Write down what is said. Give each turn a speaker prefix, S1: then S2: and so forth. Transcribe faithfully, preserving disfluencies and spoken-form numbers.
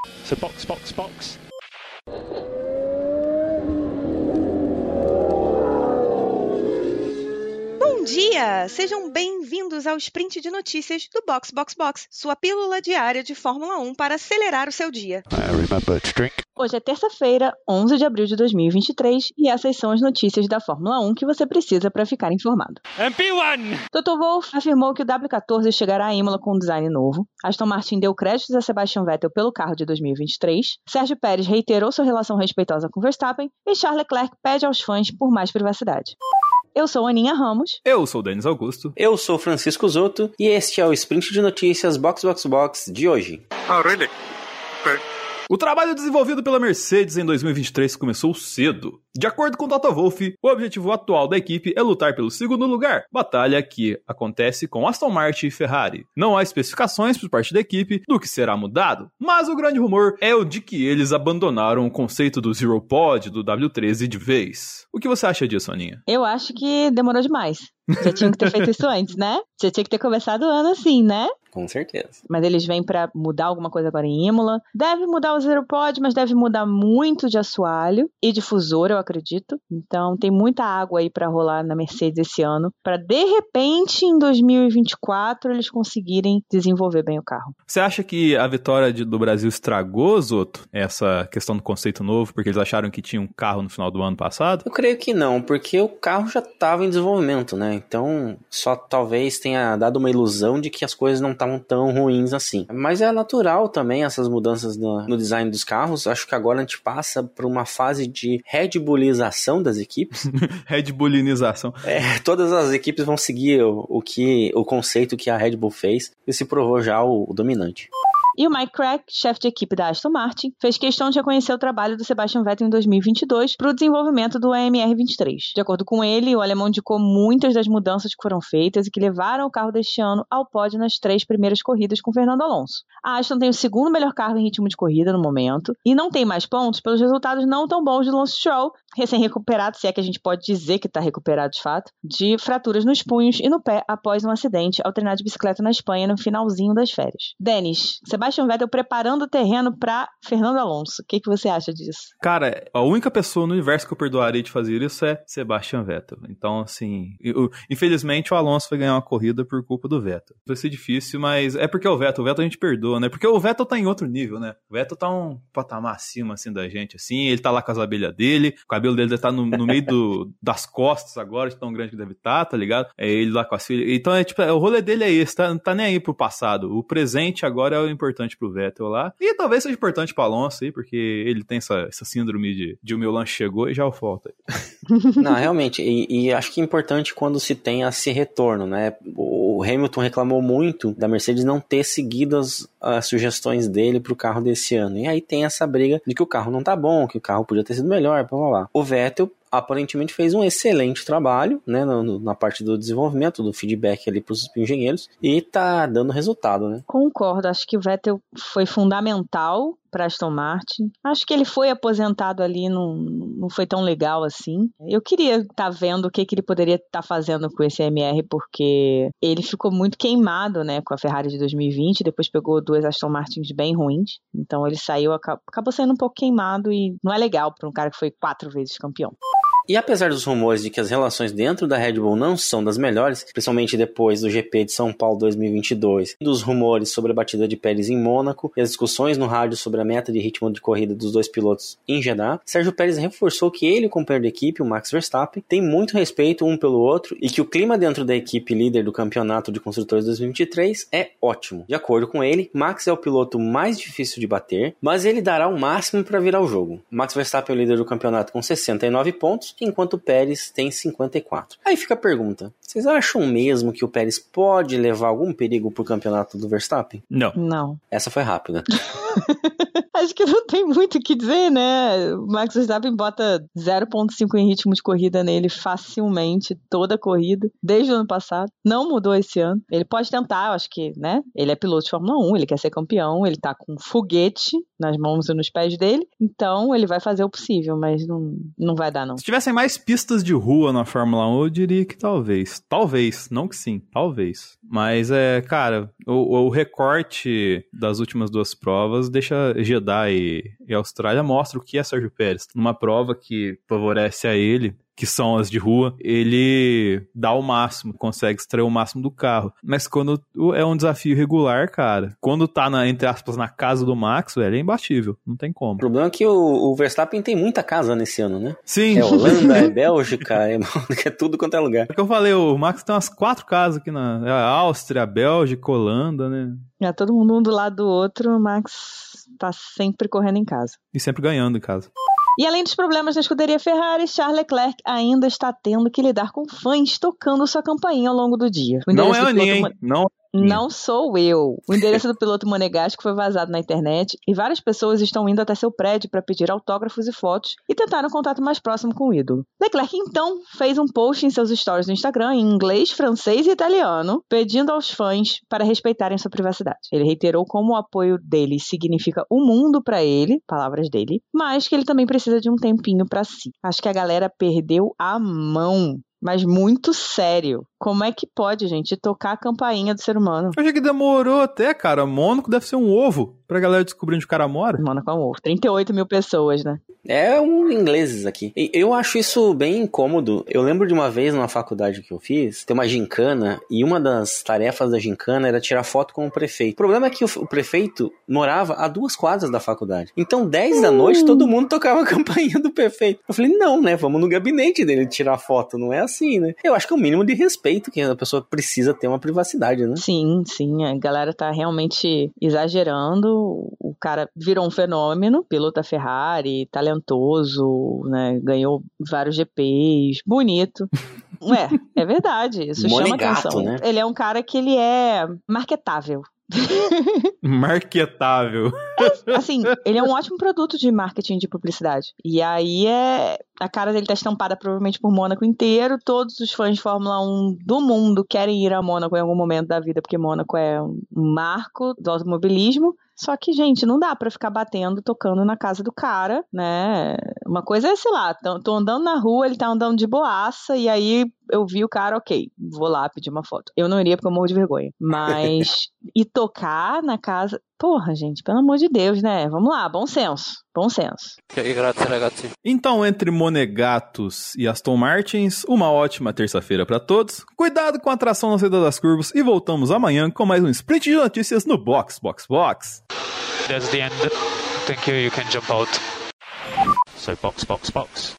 S1: So box, box, box.
S2: Bom dia! Sejam bem-vindos ao Sprint de Notícias do Box Box Box, sua pílula diária de Fórmula um para acelerar o seu dia.
S1: I remember to drink.
S2: Hoje é terça-feira, onze de abril de dois mil e vinte e três, e essas são as notícias da Fórmula um que você precisa para ficar informado.
S1: M P um!
S2: doutor Wolff afirmou que o W quatorze chegará a Imola com um design novo. Aston Martin deu créditos a Sebastian Vettel pelo carro de dois mil e vinte e três. Sérgio Pérez reiterou sua relação respeitosa com Verstappen. E Charles Leclerc pede aos fãs por mais privacidade. Eu sou Aninha Ramos.
S3: Eu sou o Denis Augusto.
S4: Eu sou o Francisco Zotto. E este é o Sprint de Notícias Box Box Box de hoje.
S1: Oh, really? Okay.
S3: O trabalho desenvolvido pela Mercedes em dois mil e vinte e três começou cedo. De acordo com Toto Wolff, o objetivo atual da equipe é lutar pelo segundo lugar, batalha que acontece com Aston Martin e Ferrari. Não há especificações por parte da equipe do que será mudado, mas o grande rumor é o de que eles abandonaram o conceito do Zero Pod do W treze de vez. O que você acha disso, Aninha?
S2: Eu acho que demorou demais. Já tinham que ter feito isso antes, né? Já tinha que ter começado o ano assim, né?
S4: Com certeza.
S2: Mas eles vêm pra mudar alguma coisa agora em Imola. Deve mudar o Zero Pod, mas deve mudar muito de assoalho e difusor, eu acredito. Então tem muita água aí pra rolar na Mercedes esse ano, pra de repente em dois mil e vinte e quatro eles conseguirem desenvolver bem o carro.
S3: Você acha que a vitória de, do Brasil estragou, Zoto, essa questão do conceito novo, porque eles acharam que tinha um carro no final do ano passado?
S4: Eu creio que não, porque o carro já estava em desenvolvimento, né? Então só talvez tenha dado uma ilusão de que as coisas não estavam tão ruins assim. Mas é natural também essas mudanças no, no design dos carros. Acho que agora a gente passa por uma fase de Red Bullização das equipes.
S3: Red Bullinização.
S4: É, todas as equipes vão seguir o, o, que, o conceito que a Red Bull fez e se provou já o, o dominante.
S2: E o Mike Crack, chefe de equipe da Aston Martin, fez questão de reconhecer o trabalho do Sebastian Vettel em dois mil e vinte e dois para o desenvolvimento do A M R vinte e três. De acordo com ele, o alemão indicou muitas das mudanças que foram feitas e que levaram o carro deste ano ao pódio nas três primeiras corridas com Fernando Alonso. A Aston tem o segundo melhor carro em ritmo de corrida no momento e não tem mais pontos pelos resultados não tão bons de Lance Stroll, recém-recuperado, se é que a gente pode dizer que está recuperado de fato, de fraturas nos punhos e no pé após um acidente ao treinar de bicicleta na Espanha no finalzinho das férias. Denis, Sebastian Vettel preparando o terreno para Fernando Alonso. O que, que você acha disso?
S3: Cara, a única pessoa no universo que eu perdoaria de fazer isso é Sebastian Vettel. Então, assim, eu, infelizmente o Alonso vai ganhar uma corrida por culpa do Vettel. Vai ser difícil, mas é porque é o Vettel. O Vettel a gente perdoa, né? Porque o Vettel tá em outro nível, né? O Vettel tá um patamar acima, assim, da gente, assim. Ele tá lá com as abelhas dele, o cabelo dele tá no, no meio do, das costas agora, de tão grande que deve estar, tá, tá ligado? É ele lá com as filhas. Então, é tipo, o rolê dele é esse, tá, não tá nem aí pro passado. O presente agora é o importante pro Vettel lá. E talvez seja importante pro Alonso aí, porque ele tem essa, essa síndrome de, de o meu lanche chegou e já o falta.
S4: Não, realmente. E, e acho que é importante quando se tem esse retorno, né? O Hamilton reclamou muito da Mercedes não ter seguido as, as sugestões dele pro carro desse ano. E aí tem essa briga de que o carro não tá bom, que o carro podia ter sido melhor, blá blá blá. O Vettel aparentemente fez um excelente trabalho, né, no, na parte do desenvolvimento, do feedback ali para os engenheiros, e tá dando resultado, né?
S2: Concordo, acho que o Vettel foi fundamental para Aston Martin. Acho que ele foi aposentado ali, não, não foi tão legal assim. Eu queria estar tá vendo o que, que ele poderia estar tá fazendo com esse M R, porque ele ficou muito queimado, né, com a Ferrari de dois mil e vinte, depois pegou duas Aston Martins bem ruins, então ele saiu, acabou saindo um pouco queimado e não é legal para um cara que foi quatro vezes campeão.
S4: E apesar dos rumores de que as relações dentro da Red Bull não são das melhores, principalmente depois do G P de São Paulo dois mil e vinte e dois, dos rumores sobre a batida de Pérez em Mônaco e as discussões no rádio sobre a meta de ritmo de corrida dos dois pilotos em Jeddah, Sérgio Pérez reforçou que ele e o companheiro de equipe, o Max Verstappen, têm muito respeito um pelo outro e que o clima dentro da equipe líder do campeonato de construtores dois mil e vinte e três é ótimo. De acordo com ele, Max é o piloto mais difícil de bater, mas ele dará o máximo para virar o jogo. Max Verstappen é o líder do campeonato com sessenta e nove pontos, enquanto o Pérez tem cinquenta e quatro. Aí fica a pergunta, vocês acham mesmo que o Pérez pode levar algum perigo pro campeonato do Verstappen?
S3: Não.
S2: Não.
S4: Essa foi rápida.
S2: Acho que não tem muito o que dizer, né? O Max Verstappen bota zero ponto cinco em ritmo de corrida nele facilmente, toda a corrida, desde o ano passado. Não mudou esse ano. Ele pode tentar, eu acho que, né? Ele é piloto de Fórmula um, ele quer ser campeão, ele tá com um foguete nas mãos e nos pés dele, então ele vai fazer o possível, mas não, não vai dar, não.
S3: Se tivessem mais pistas de rua na Fórmula um, eu diria que talvez. Talvez, não que sim, talvez. Mas, é, cara, o, o recorte das últimas duas provas deixa Jeddah Canadá e, e Austrália mostra o que é Sérgio Pérez. Numa prova que favorece a ele, que são as de rua, ele dá o máximo, consegue extrair o máximo do carro. Mas quando é um desafio regular, cara, quando tá, na, entre aspas, na casa do Max, velho, é imbatível, não tem como.
S4: O problema é que o, o Verstappen tem muita casa nesse ano, né?
S3: Sim.
S4: É Holanda, é Bélgica, é, é tudo quanto é lugar.
S3: É que eu falei, o Max tem umas quatro casas aqui na é a Áustria, a Bélgica, Holanda, né?
S2: É, todo mundo um do lado do outro, o Max tá sempre correndo em casa.
S3: E sempre ganhando em casa.
S2: E além dos problemas da escuderia Ferrari, Charles Leclerc ainda está tendo que lidar com fãs tocando sua campainha ao longo do dia.
S3: Não é a Aninha, hein? Não.
S2: Não sou eu. O endereço do piloto Monegasco foi vazado na internet e várias pessoas estão indo até seu prédio para pedir autógrafos e fotos e tentar um contato mais próximo com o ídolo. Leclerc, então, fez um post em seus stories no Instagram em inglês, francês e italiano, pedindo aos fãs para respeitarem sua privacidade. Ele reiterou como o apoio dele significa o mundo para ele, palavras dele, mas que ele também precisa de um tempinho para si. Acho que a galera perdeu a mão. Mas muito sério. Como é que pode, gente, tocar a campainha do ser humano?
S3: Eu achei que demorou até, cara. Mônaco deve ser um ovo pra galera descobrir onde o cara mora.
S2: Mônaco é um ovo. trinta e oito mil pessoas, né?
S4: É um ingleses aqui. Eu acho isso bem incômodo. Eu lembro de uma vez numa faculdade que eu fiz, tem uma gincana, e uma das tarefas da gincana era tirar foto com o prefeito. O problema é que o prefeito morava a duas quadras da faculdade. Então, dez da noite, todo mundo tocava a campainha do prefeito. Eu falei, não, né? Vamos no gabinete dele tirar foto. Não é assim, né? Eu acho que é o mínimo de respeito que a pessoa precisa ter uma privacidade, né?
S2: Sim, sim. A galera tá realmente exagerando. O cara virou um fenômeno, piloto da Ferrari, talentoso, né? Ganhou vários G Ps, bonito. É, é verdade. Isso chama atenção. Né? Ele é um cara que ele é marketável.
S3: Marketável.
S2: É, assim, ele é um ótimo produto de marketing de publicidade. E aí é... A cara dele tá estampada provavelmente por Mônaco inteiro. Todos os fãs de Fórmula um do mundo querem ir a Mônaco em algum momento da vida, porque Mônaco é um marco do automobilismo. Só que, gente, não dá pra ficar batendo, tocando na casa do cara, né? Uma coisa é, sei lá, tô, tô andando na rua, ele tá andando de boaça, e aí eu vi o cara, ok, vou lá pedir uma foto. Eu não iria porque eu morro de vergonha. Mas, e tocar na casa... Porra, gente, pelo amor de Deus, né? Vamos lá, bom senso, bom senso.
S3: Então, entre Monegatos e Aston Martins, uma ótima terça-feira pra todos. Cuidado com a tração na saída das curvas e voltamos amanhã com mais um sprint de notícias no Box, Box, Box.
S1: That's the end. Thank you, you can jump out. So box, box, box.